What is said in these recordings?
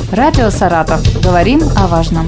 Радио Саратов. Говорим о важном.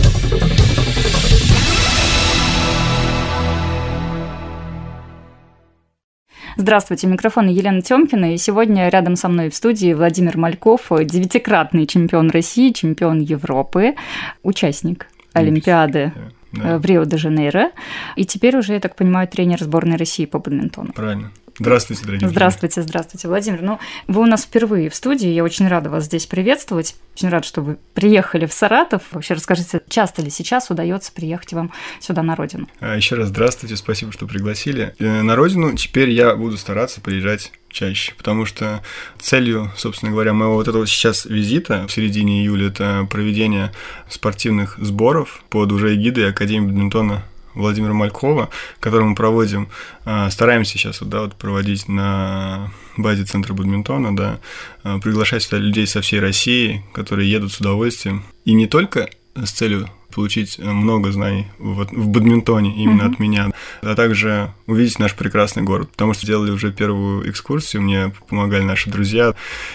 Здравствуйте, микрофон Елена Тёмкина, и сегодня рядом со мной в студии Владимир Мальков, 9-кратный чемпион России, чемпион Европы, участник Олимпиады в Рио-де-Жанейро, и теперь уже, я так понимаю, тренер сборной России по бадминтону. Правильно. Здравствуйте, дорогие друзья. Здравствуйте, Владимир. Вы у нас впервые в студии, я очень рада вас здесь приветствовать. Очень рада, что вы приехали в Саратов. Вообще расскажите, часто ли сейчас удается приехать вам сюда на родину? Еще раз здравствуйте, спасибо, что пригласили. На родину теперь я буду стараться приезжать чаще, потому что целью, собственно говоря, моего вот этого сейчас визита в середине июля — это проведение спортивных сборов под уже эгидой Академии бадминтона Владимира Малькова, который мы проводим, стараемся сейчас проводить на базе Центра бадминтона, приглашать сюда людей со всей России, которые едут с удовольствием. И не только с целью получить много знаний в бадминтоне именно от меня, а также увидеть наш прекрасный город, потому что делали уже первую экскурсию, мне помогали наши друзья,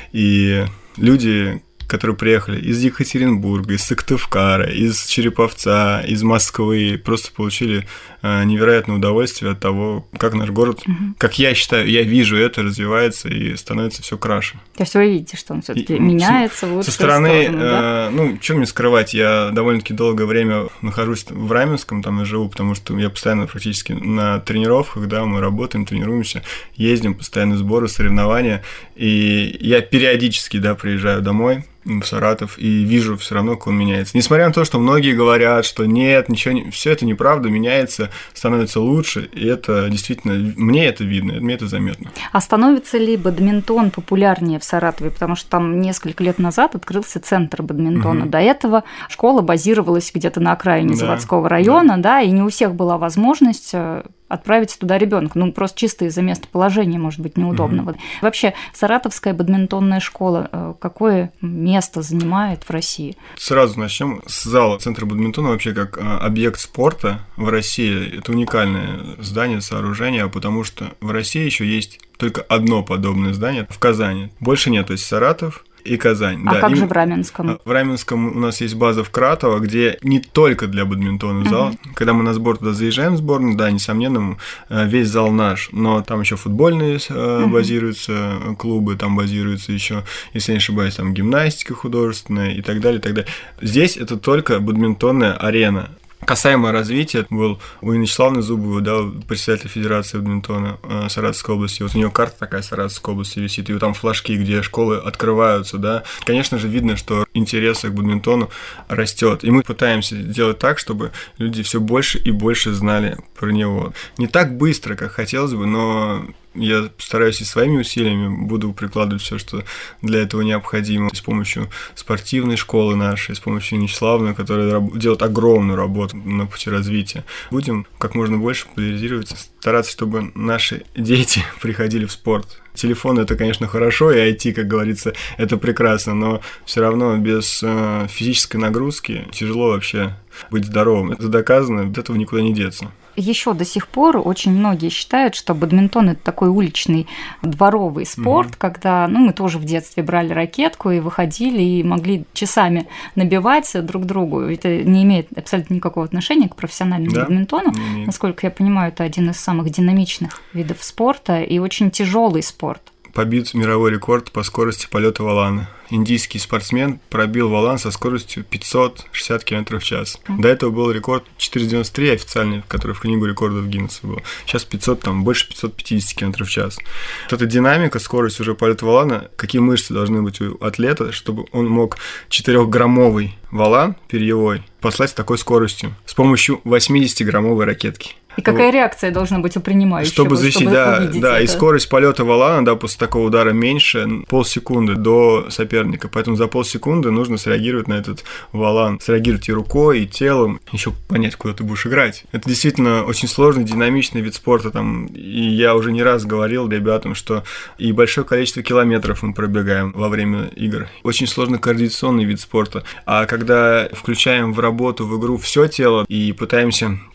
и люди, которые приехали из Екатеринбурга, из Сыктывкара, из Череповца, из Москвы, просто получили невероятное удовольствие от того, как наш город, как я считаю, я вижу это, развивается и становится все краше. То есть вы видите, что он все-таки меняется в лучшую сторону, да? Что мне скрывать, я довольно-таки долгое время нахожусь в Раменском, там я живу, потому что я постоянно практически на тренировках, мы работаем, тренируемся, ездим, постоянно сборы, соревнования, и я периодически, приезжаю домой в Саратов и вижу все равно, как он меняется. Несмотря на то, что многие говорят, что нет, ничего не... Все это неправда, меняется, становится лучше, и это действительно, мне это видно, мне это заметно. А становится ли бадминтон популярнее в Саратове? Потому что там несколько лет назад открылся центр бадминтона. До этого школа базировалась где-то на окраине заводского района, и не у всех была возможность отправить туда ребенка. Просто чисто из-за местоположения, может быть, неудобно. Вообще, Саратовская бадминтонная школа какое место занимает в России? Сразу начнем с зала. Центр бадминтона вообще как объект спорта в России. Это уникальное здание, сооружение, потому что в России еще есть только одно подобное здание в Казани. Больше нет, то есть Саратов и Казань. Как же в Раменском? В Раменском у нас есть база в Кратово, где не только для бадминтона зал. Когда мы на сбор туда заезжаем в сборную, несомненно, весь зал наш. Но там еще футбольные базируются клубы, там базируются еще, если не ошибаюсь, там гимнастика художественная и так далее, и так далее. Здесь это только бадминтонная арена. Касаемо развития, был у Инны Вячеславовны Зубовой, председатель Федерации бадминтона Саратовской области. У нее карта такая Саратовской области висит, и там флажки, где школы открываются, Конечно же, видно, что интерес к бадминтону растет. И мы пытаемся делать так, чтобы люди все больше и больше знали про него. Не так быстро, как хотелось бы, но я стараюсь и своими усилиями буду прикладывать все, что для этого необходимо. С помощью спортивной школы нашей, с помощью Инны Вячеславовны, которая делает огромную работу на пути развития. Будем как можно больше популяризировать, стараться, чтобы наши дети приходили в спорт. Телефон — это, конечно, хорошо, и IT, как говорится, это прекрасно, но все равно без физической нагрузки тяжело вообще быть здоровым. Это доказано, от этого никуда не деться. Еще до сих пор очень многие считают, что бадминтон — это такой уличный дворовый спорт, когда мы тоже в детстве брали ракетку и выходили, и могли часами набивать друг другу. Это не имеет абсолютно никакого отношения к профессиональному бадминтону. Насколько я понимаю, это один из самых динамичных видов спорта и очень тяжелый спорт. Побит мировой рекорд по скорости полета валана. Индийский спортсмен пробил валан со скоростью 560 км в час. До этого был рекорд 493 официальный, который в книгу рекордов Гиннесса был. Сейчас 500, больше 550 км в час. Вот эта динамика, скорость уже полета валана, какие мышцы должны быть у атлета, чтобы он мог 4-граммовый валан перьевой послать с такой скоростью с помощью 80-граммовой ракетки. И какая реакция должна быть у принимающего, чтобы защитить, это? И скорость полета валана, после такого удара меньше полсекунды до соперника, поэтому за полсекунды нужно среагировать на этот валан, среагировать и рукой, и телом, еще понять, куда ты будешь играть. Это действительно очень сложный, динамичный вид спорта, и я уже не раз говорил ребятам, что и большое количество километров мы пробегаем во время игр. Очень сложный координационный вид спорта, а когда включаем в работу, в игру все тело и пытаемся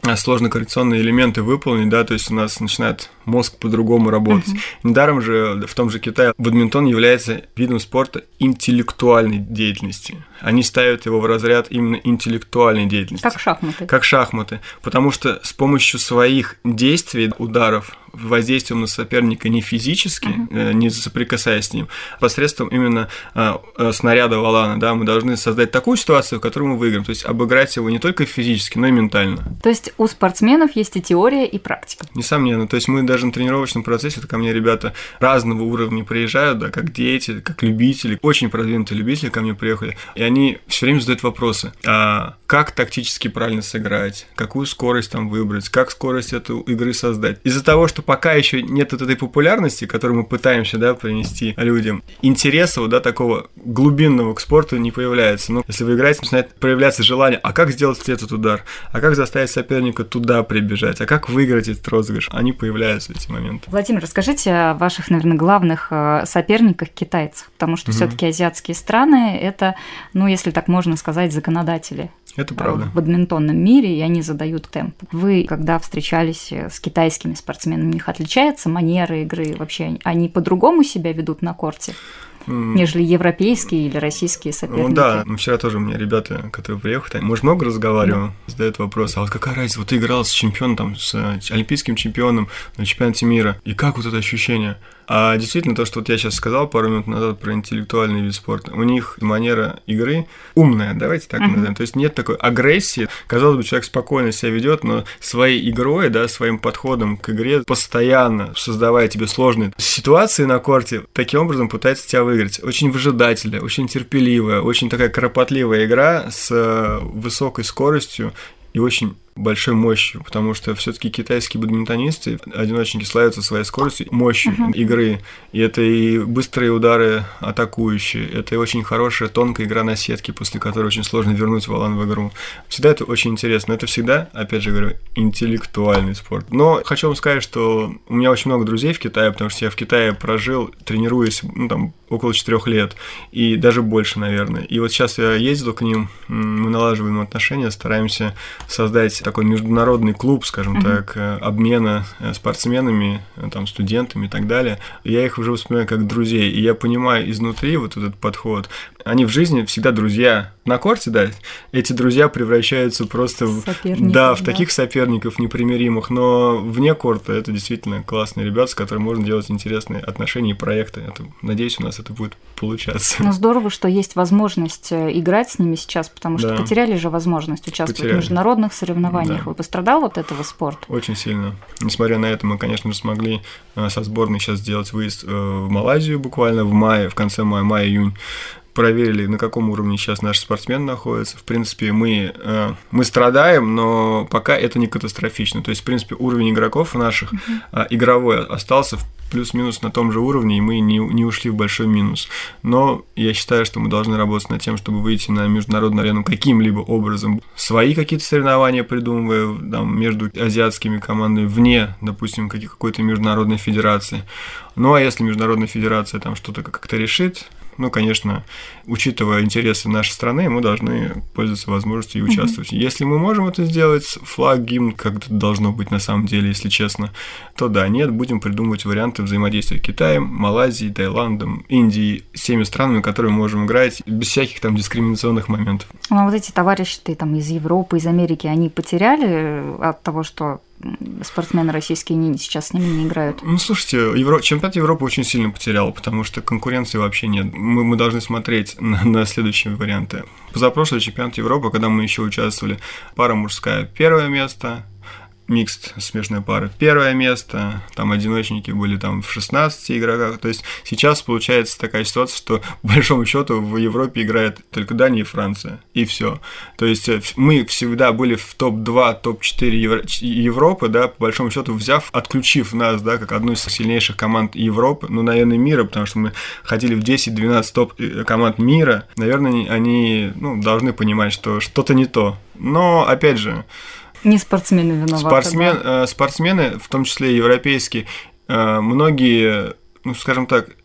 сложные коррекционные элементы выполнить, да, то есть у нас начинает мозг по-другому работать. Недаром же в том же Китае бадминтон является видом спорта интеллектуальной деятельности. Они ставят его в разряд именно интеллектуальной деятельности. Как шахматы. Как шахматы, потому что с помощью своих действий, ударов, воздействием на соперника не физически, не соприкасаясь с ним, посредством именно снаряда валана, да, мы должны создать такую ситуацию, в которой мы выиграем, то есть обыграть его не только физически, но и ментально. То есть у спортсменов есть и теория, и практика. Несомненно, то есть мы даже на тренировочном процессе, это ко мне ребята разного уровня приезжают, да, как дети, как любители, очень продвинутые любители ко мне приехали, и они все время задают вопросы, а как тактически правильно сыграть, какую скорость там выбрать, как скорость этой игры создать. Из-за того, что пока еще нет вот этой популярности, которую мы пытаемся, да, принести людям, интереса, да, такого глубинного к спорту не появляется. Но если вы играете, начинает проявляться желание, а как сделать этот удар, а как заставить соперника туда прибежать, а как выиграть этот розыгрыш, они появляются в эти моменты. Владимир, расскажите о ваших, наверное, главных соперниках китайцах, потому что все-таки азиатские страны – это, ну, если так можно сказать, законодатели. Это правда. В бадминтонном мире, и они задают темп. Вы, когда встречались с китайскими спортсменами, у них отличается манера игры? Вообще они по-другому себя ведут на корте, нежели европейские или российские соперники? Ну да, вчера тоже у меня ребята, которые приехали, мы же много разговариваем, задают вопрос, а вот какая разница, вот ты играл с чемпионом, там, с олимпийским чемпионом на чемпионате мира, и как вот это ощущение? А действительно, то, что вот я сейчас сказал пару минут назад про интеллектуальный вид спорта, у них манера игры умная, давайте так назовем. То есть нет такой агрессии. Казалось бы, человек спокойно себя ведет, но своей игрой, да, своим подходом к игре, постоянно создавая тебе сложные ситуации на корте, таким образом пытается тебя выиграть. Очень выжидательная, очень терпеливая, очень такая кропотливая игра с высокой скоростью и очень большой мощью, потому что все-таки китайские бадминтонисты, одиночники, славятся своей скоростью, мощью игры. И это и быстрые удары атакующие, это и очень хорошая тонкая игра на сетке, после которой очень сложно вернуть валан в игру. Всегда это очень интересно. Это всегда, опять же говорю, интеллектуальный спорт. Но хочу вам сказать, что у меня очень много друзей в Китае, потому что я в Китае прожил, тренируясь, ну, там, около 4 лет, и даже больше, наверное. И вот сейчас я ездил к ним, мы налаживаем отношения, стараемся создать такой международный клуб, скажем так, обмена спортсменами, там, студентами и так далее. Я их уже воспринимаю как друзей, и я понимаю изнутри вот этот подход. Они в жизни всегда друзья. На корте, да, эти друзья превращаются просто в таких соперников непримиримых, но вне корта это действительно классные ребята, с которыми можно делать интересные отношения и проекты. Надеюсь, у нас это будет получаться. Ну, здорово, что есть возможность играть с ними сейчас, потому что потеряли же возможность участвовать в международных соревнованиях. Да. Вы пострадал от этого спорта? Очень сильно. Несмотря на это, мы, конечно же, смогли со сборной сейчас сделать выезд в Малайзию буквально в мае, в конце мая-июнь. Проверили, на каком уровне сейчас наш спортсмен находится. В принципе, мы страдаем, но пока это не катастрофично. То есть, в принципе, уровень игроков наших игровой остался плюс-минус на том же уровне, и мы не ушли в большой минус. Но я считаю, что мы должны работать над тем, чтобы выйти на международную арену каким-либо образом. Свои какие-то соревнования придумывая там, между азиатскими командами вне, допустим, какой-то международной федерации. Ну, а если международная федерация там что-то как-то решит, ну, конечно, учитывая интересы нашей страны, мы должны пользоваться возможностью и участвовать. Если мы можем это сделать, флаг, гимн, как это должно быть на самом деле, если честно, то да, нет, будем придумывать варианты взаимодействия с Китаем, Малайзией, Таиландом, Индией, с теми странами, которые мы можем играть без всяких там дискриминационных моментов. А вот эти товарищи там из Европы, из Америки, они потеряли от того, что спортсмены российские сейчас с ними не играют? Ну, слушайте, чемпионат Европы очень сильно потерял, потому что конкуренции вообще нет. Мы должны смотреть на следующие варианты. Позапрошлый чемпионат Европы, когда мы еще участвовали, пара мужская 1 место, микст, смешная пара 1 место, там одиночники были там в 16 игроках, то есть сейчас получается такая ситуация, что по большому счету в Европе играет только Дания и Франция, и все. То есть мы всегда были в топ-2, топ-4 Европы, да, по большому счету отключив нас, да, как одну из сильнейших команд Европы, ну, наверное, мира, потому что мы ходили в 10-12 топ-команд мира, наверное, они, ну, должны понимать, что что-то не то. Но, опять же, не спортсмены виноваты. Спортсмены, в том числе европейские, многие, ну, скажем так,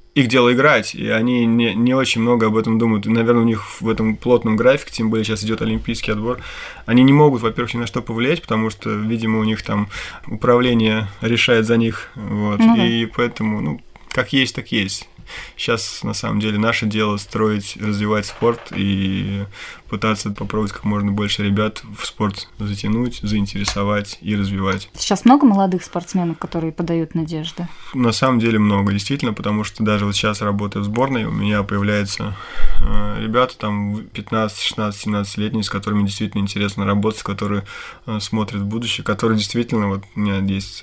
их дело играть, и они не очень много об этом думают. И, наверное, у них в этом плотном графике, тем более сейчас идет олимпийский отбор, они не могут, во-первых, ни на что повлиять, потому что, видимо, у них там управление решает за них, вот, и поэтому, как есть, так есть. Сейчас, на самом деле, наше дело строить, развивать спорт и пытаться попробовать как можно больше ребят в спорт затянуть, заинтересовать и развивать. Сейчас много молодых спортсменов, которые подают надежды? На самом деле много, действительно, потому что даже вот сейчас, работая в сборной, у меня появляются ребята там 15, 16, 17-летние, с которыми действительно интересно работать, которые смотрят в будущее, которые действительно, вот у меня есть...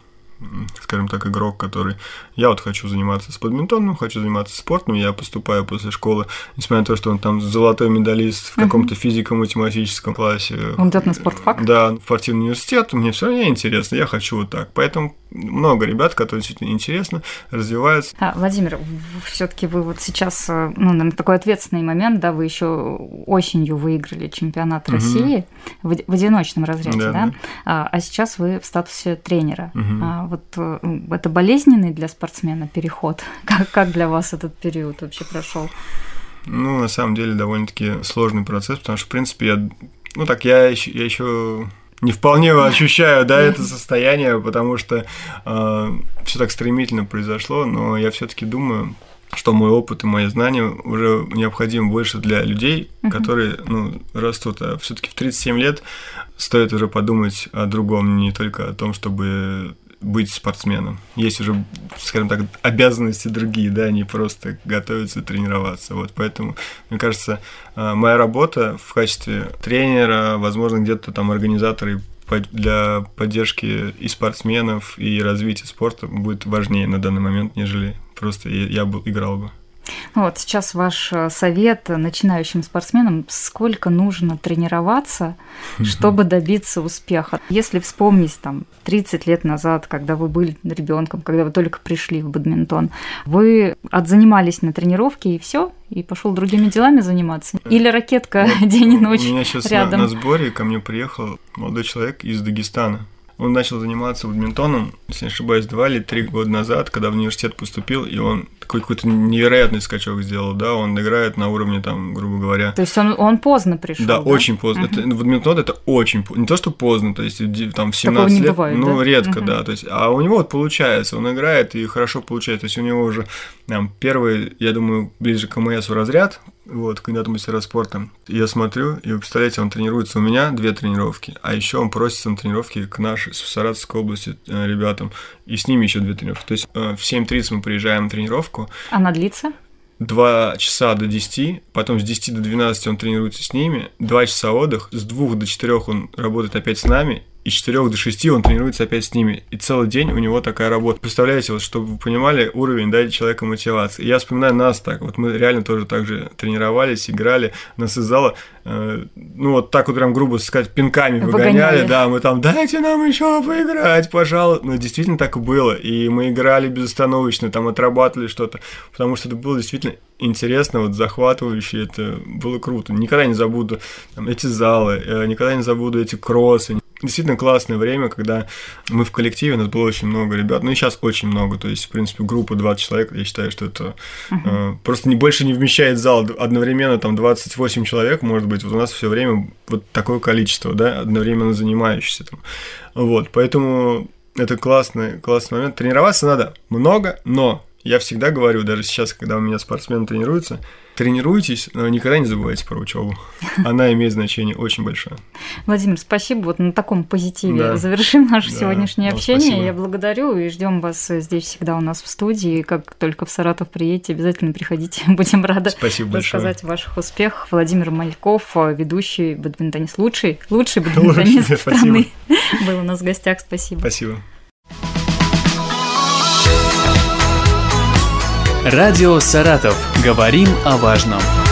скажем так, игрок, который... Я вот хочу заниматься с бадминтоном, хочу заниматься спортом, я поступаю после школы, несмотря на то, что он там золотой медалист в каком-то физико-математическом классе. Он идет на спортфак? Да, в спортивный университет, мне все равно интересно, я хочу вот так. Поэтому много ребят, которые действительно интересно, развиваются. Владимир, все-таки вы вот сейчас, наверное, такой ответственный момент, да, вы еще осенью выиграли чемпионат России в одиночном разряде, да? А сейчас вы в статусе тренера. Вот это болезненный для спортсмена переход? Как для вас этот период вообще прошел? На самом деле довольно-таки сложный процесс, потому что, в принципе, я еще не вполне ощущаю, да, это состояние, потому что все так стремительно произошло, но я все-таки думаю, что мой опыт и мои знания уже необходимы больше для людей, которые растут. А все-таки в 37 лет стоит уже подумать о другом, не только о том, чтобы быть спортсменом. Есть уже, скажем так, обязанности другие, да, не просто готовиться и тренироваться. Вот, поэтому, мне кажется, моя работа в качестве тренера, возможно, где-то там организатора для поддержки и спортсменов, и развития спорта будет важнее на данный момент, нежели просто я играл бы. Вот сейчас ваш совет начинающим спортсменам: сколько нужно тренироваться, чтобы добиться успеха? Если вспомнить там 30 лет назад, когда вы были ребенком, когда вы только пришли в бадминтон, вы отзанимались на тренировке и все, и пошел другими делами заниматься? Или ракетка день и ночь рядом? У меня сейчас на сборе ко мне приехал молодой человек из Дагестана. Он начал заниматься бадминтоном, если не ошибаюсь, 2 или 3 года назад, когда в университет поступил, и он какой-то невероятный скачок сделал, да, он играет на уровне, там, грубо говоря... То есть он поздно пришел, да? Очень поздно. Бадминтон – это очень... Не то, что поздно, то есть там в 17 лет, бывает, да? Редко, да, то есть, а у него вот получается, он играет и хорошо получается, то есть у него уже первый, я думаю, ближе к КМС разряд, вот, кандидат в мастера спорта. Я смотрю, и вы представляете, он тренируется у меня 2 тренировки, а еще он просится на тренировки к нашей, в Саратовской области ребятам, и с ними еще 2 тренировки. То есть в 7:30 мы приезжаем на тренировку. Она длится? 2 часа до 10, потом с 10 до 12 он тренируется с ними, 2 часа отдых, с 2 до 4 он работает опять с нами, и с 4 до 6 он тренируется опять с ними. И целый день у него такая работа. Представляете, вот, чтобы вы понимали уровень, да, человека мотивации. Я вспоминаю нас так. Вот мы реально тоже так же тренировались, играли. Нас из зала, вот так вот прям грубо сказать, пинками выгоняли. Да, мы там: дайте нам еще поиграть, пожалуйста. Но действительно так и было. И мы играли безостановочно, там отрабатывали что-то. Потому что это было действительно интересно, вот захватывающе, это было круто. Никогда не забуду эти залы, никогда не забуду эти кроссы. Действительно классное время, когда мы в коллективе, у нас было очень много ребят, и сейчас очень много, то есть, в принципе, группа 20 человек, я считаю, что это просто больше не вмещает зал, одновременно там 28 человек, может быть, вот у нас все время вот такое количество, да, одновременно занимающихся там, вот, поэтому это классный момент. Тренироваться надо много, но я всегда говорю, даже сейчас, когда у меня спортсмены тренируются, тренируйтесь, но никогда не забывайте про учебу. Она имеет значение очень большое. Владимир, спасибо. Вот на таком позитиве завершим наше сегодняшнее общение. Спасибо. Я благодарю и ждем вас здесь всегда у нас в студии. Как только в Саратов приедете, обязательно приходите. Будем рады рассказать о ваших успехах. Владимир Мальков, ведущий бадминтонист, лучший бадминтонист страны, был у нас в гостях. Спасибо. Спасибо. Радио «Саратов». Говорим о важном.